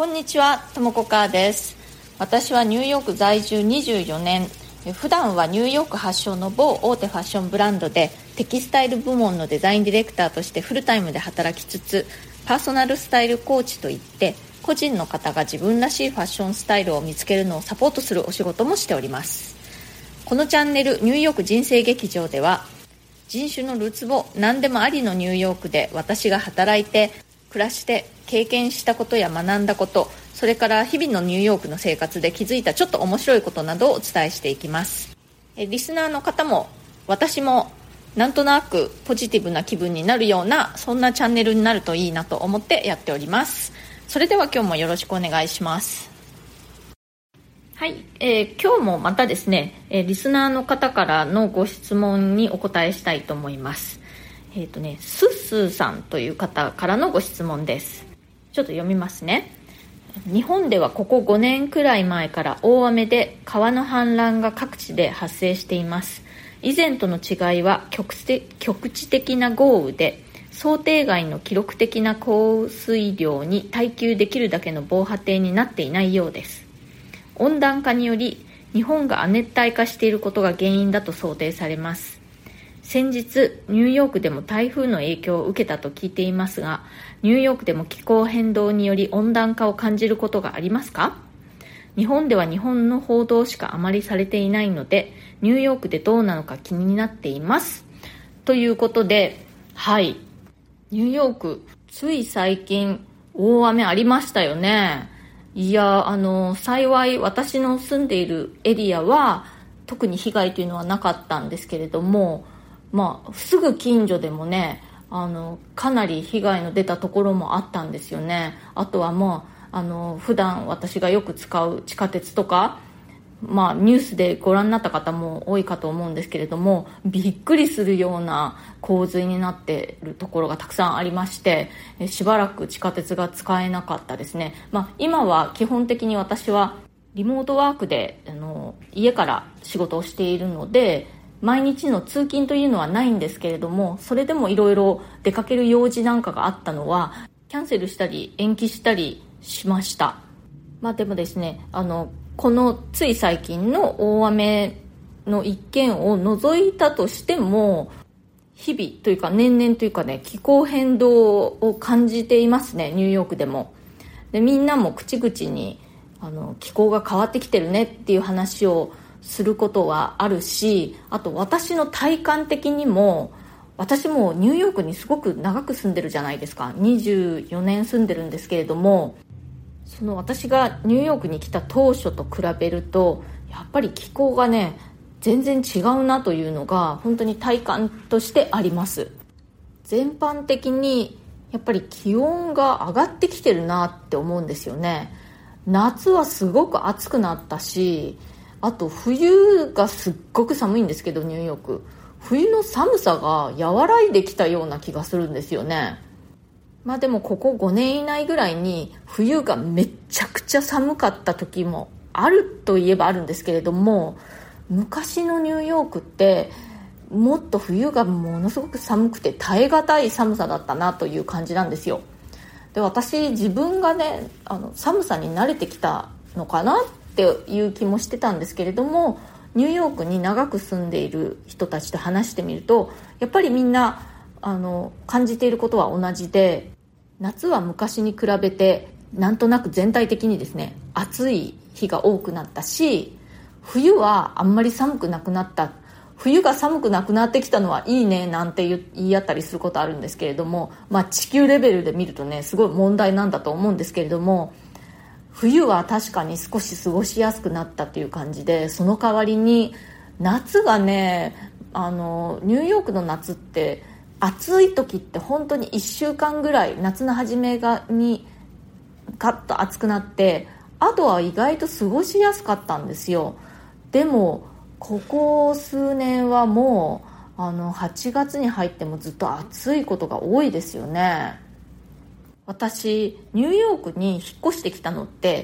こんにちは、ともこかーです。私はニューヨーク在住24年、普段はニューヨーク発祥の某大手ファッションブランドでテキスタイル部門のデザインディレクターとしてフルタイムで働きつつ、パーソナルスタイルコーチといって個人の方が自分らしいファッションスタイルを見つけるのをサポートするお仕事もしております。このチャンネルニューヨーク人生劇場では、人種のるつぼ何でもありのニューヨークで私が働いて暮らして経験したことや学んだこと、それから日々のニューヨークの生活で気づいたちょっと面白いことなどをお伝えしていきます。リスナーの方も私もなんとなくポジティブな気分になるような、そんなチャンネルになるといいなと思ってやっております。それでは今日もよろしくお願いします。はい、今日もまたですね、リスナーの方からのご質問にお答えしたいと思います。スッスーさんという方からのご質問です。ちょっと読みますね。日本ではここ5年くらい前から大雨で川の氾濫が各地で発生しています。以前との違いは局地的な豪雨で、想定外の記録的な降水量に耐久できるだけの防波堤になっていないようです。温暖化により日本が亜熱帯化していることが原因だと想定されます。先日ニューヨークでも台風の影響を受けたと聞いていますが、ニューヨークでも気候変動により温暖化を感じることがありますか？日本では日本の報道しかあまりされていないので、ニューヨークでどうなのか気になっています、ということで、はい、ニューヨークつい最近大雨ありましたよね。いや、幸い私の住んでいるエリアは特に被害というのはなかったんですけれども、すぐ近所でもね、かなり被害の出たところもあったんですよね。あとは普段私がよく使う地下鉄とか、ニュースでご覧になった方も多いかと思うんですけれども、びっくりするような洪水になっているところがたくさんありまして、しばらく地下鉄が使えなかったですね。今は基本的に私はリモートワークで家から仕事をしているので、毎日の通勤というのはないんですけれども、それでもいろいろ出かける用事なんかがあったのはキャンセルしたり延期したりしました。でもですね、このつい最近の大雨の一件を除いたとしても、日々というか年々というかね、気候変動を感じていますね、ニューヨークでも。で、みんなも口々に気候が変わってきてるねっていう話をすることはあるし、あと私の体感的にも、私もニューヨークにすごく長く住んでるじゃないですか。24年住んでるんですけれども、その私がニューヨークに来た当初と比べると、やっぱり気候がね、全然違うなというのが本当に体感としてあります。全般的にやっぱり気温が上がってきてるなって思うんですよね。夏はすごく暑くなったし、あと冬がすっごく寒いんですけど、ニューヨーク冬の寒さが和らいできたような気がするんですよね。でもここ5年以内ぐらいに冬がめちゃくちゃ寒かった時もあるといえばあるんですけれども、昔のニューヨークってもっと冬がものすごく寒くて耐え難い寒さだったなという感じなんですよ。で、私自分がね、寒さに慣れてきたのかなっていう気もしてたんですけれども、ニューヨークに長く住んでいる人たちと話してみると、やっぱりみんな感じていることは同じで、夏は昔に比べてなんとなく全体的にですね、暑い日が多くなったし、冬はあんまり寒くなくなった。冬が寒くなくなってきたのはいいねなんて言い合ったりすることあるんですけれども、地球レベルで見るとね、すごい問題なんだと思うんですけれども、冬は確かに少し過ごしやすくなったという感じで、その代わりに夏がね、ニューヨークの夏って暑い時って本当に1週間ぐらい、夏の初めにガッと暑くなって、あとは意外と過ごしやすかったんですよ。でもここ数年はもう8月に入ってもずっと暑いことが多いですよね。私ニューヨークに引っ越してきたのって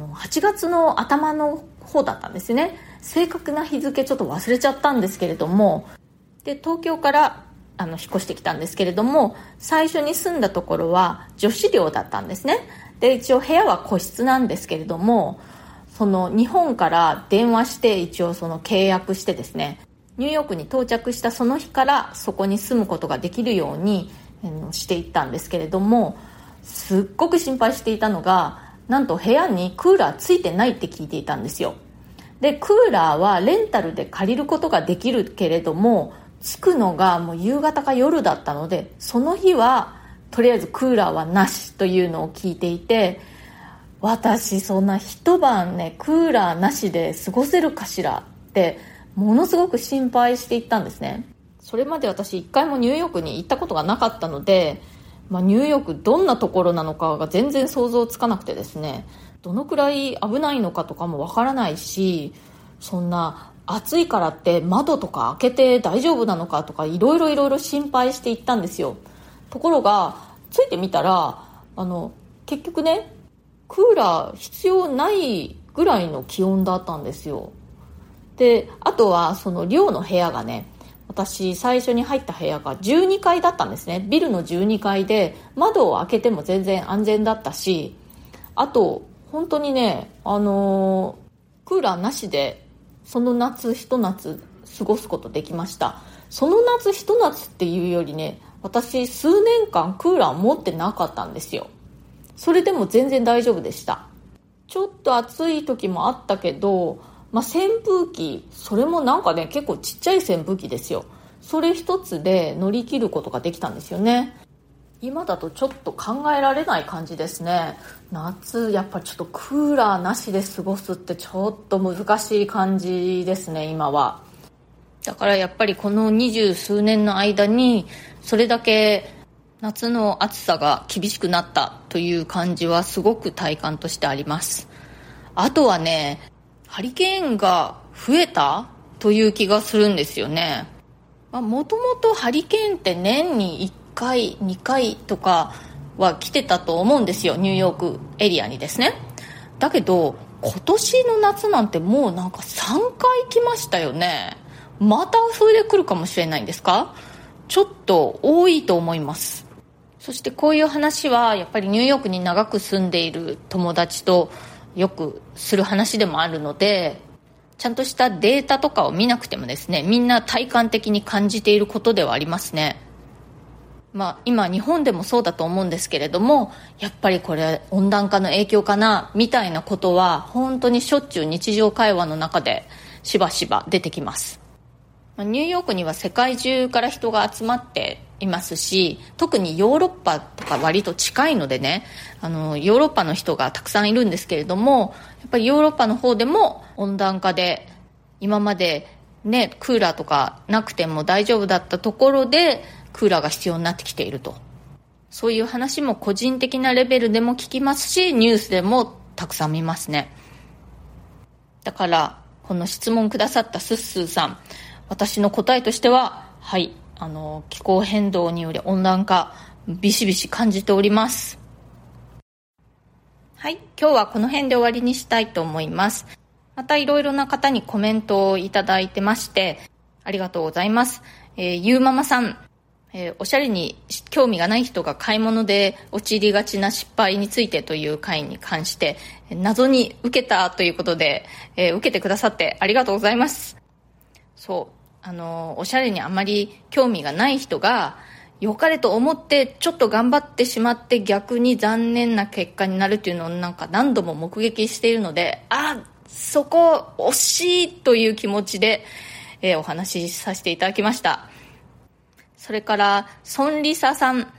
8月の頭の方だったんですね。正確な日付ちょっと忘れちゃったんですけれども、で東京から引っ越してきたんですけれども、最初に住んだところは女子寮だったんですね。 で一応部屋は個室なんですけれども、その日本から電話して一応その契約してですね、ニューヨークに到着したその日からそこに住むことができるようにしていったんですけれども、すっごく心配していたのが、なんと部屋にクーラーついてないって聞いていたんですよ。でクーラーはレンタルで借りることができるけれども、着くのがもう夕方か夜だったので、その日はとりあえずクーラーはなしというのを聞いていて、私そんな一晩ねクーラーなしで過ごせるかしらってものすごく心配していったんですね。それまで私一回もニューヨークに行ったことがなかったので、ニューヨークどんなところなのかが全然想像つかなくてですね、どのくらい危ないのかとかもわからないし、そんな暑いからって窓とか開けて大丈夫なのかとかいろいろ心配していったんですよ。ところがついてみたら結局ね、クーラー必要ないぐらいの気温だったんですよ。であとはその寮の部屋がね、私最初に入った部屋が12階だったんですね。ビルの12階で窓を開けても全然安全だったし、あと本当にねクーラーなしでその夏一夏過ごすことできました。その夏一夏っていうよりね、私数年間クーラー持ってなかったんですよ。それでも全然大丈夫でした。ちょっと暑い時もあったけど、扇風機、それもなんかね結構ちっちゃい扇風機ですよ。それ一つで乗り切ることができたんですよね。今だとちょっと考えられない感じですね。夏やっぱりちょっとクーラーなしで過ごすってちょっと難しい感じですね今は。だからやっぱりこの20数年の間にそれだけ夏の暑さが厳しくなったという感じはすごく体感としてあります。あとはね、ハリケーンが増えたという気がするんですよね。もともとハリケーンって年に1回2回とかは来てたと思うんですよ、ニューヨークエリアにですね。だけど今年の夏なんてもうなんか3回来ましたよね。またそれで来るかもしれないんですか？ちょっと多いと思います。そしてこういう話はやっぱりニューヨークに長く住んでいる友達とよくする話でもあるので、ちゃんとしたデータとかを見なくてもですね、みんな体感的に感じていることではありますね。今日本でもそうだと思うんですけれども、やっぱりこれ温暖化の影響かなみたいなことは本当にしょっちゅう日常会話の中でしばしば出てきます。ニューヨークには世界中から人が集まっていますし、特にヨーロッパとか割と近いのでね、ヨーロッパの人がたくさんいるんですけれども、やっぱりヨーロッパの方でも温暖化で今までねクーラーとかなくても大丈夫だったところでクーラーが必要になってきていると、そういう話も個人的なレベルでも聞きますし、ニュースでもたくさん見ますね。だからこの質問くださったスッスーさん、私の答えとしては、はい、気候変動により温暖化ビシビシ感じております。はい、今日はこの辺で終わりにしたいと思います。またいろいろな方にコメントをいただいてましてありがとうございます。ゆうママさん、おしゃれに興味がない人が買い物で陥りがちな失敗についてという回に関して謎に受けたということで、受けてくださってありがとうございます。そう、おしゃれにあまり興味がない人が良かれと思ってちょっと頑張ってしまって逆に残念な結果になるっていうのをなんか何度も目撃しているので、そこ惜しいという気持ちで、お話しさせていただきました。それからソンリサさん、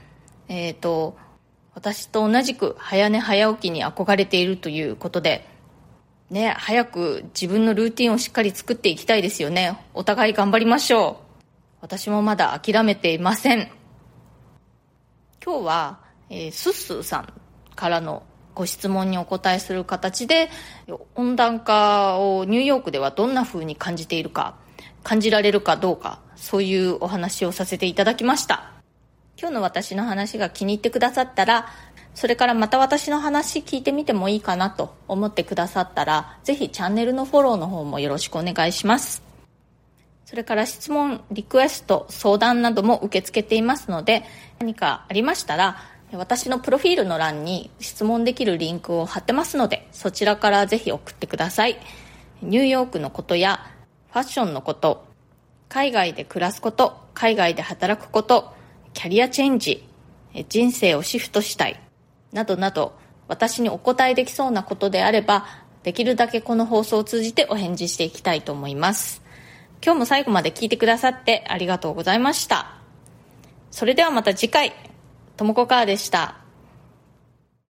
私と同じく早寝早起きに憧れているということでね、早く自分のルーティンをしっかり作っていきたいですよね。お互い頑張りましょう。私もまだ諦めていません。今日は、スッスーさんからのご質問にお答えする形で、温暖化をニューヨークではどんな風に感じているか、感じられるかどうか、そういうお話をさせていただきました。今日の私の話が気に入ってくださったら、それからまた私の話聞いてみてもいいかなと思ってくださったら、ぜひチャンネルのフォローの方もよろしくお願いします。それから質問、リクエスト、相談なども受け付けていますので、何かありましたら私のプロフィールの欄に質問できるリンクを貼ってますので、そちらからぜひ送ってください。ニューヨークのことやファッションのこと、海外で暮らすこと、海外で働くこと、キャリアチェンジ、人生をシフトしたいなどなど、私にお答えできそうなことであれば、できるだけこの放送を通じてお返事していきたいと思います。今日も最後まで聞いてくださってありがとうございました。それではまた次回、ともこかーでした。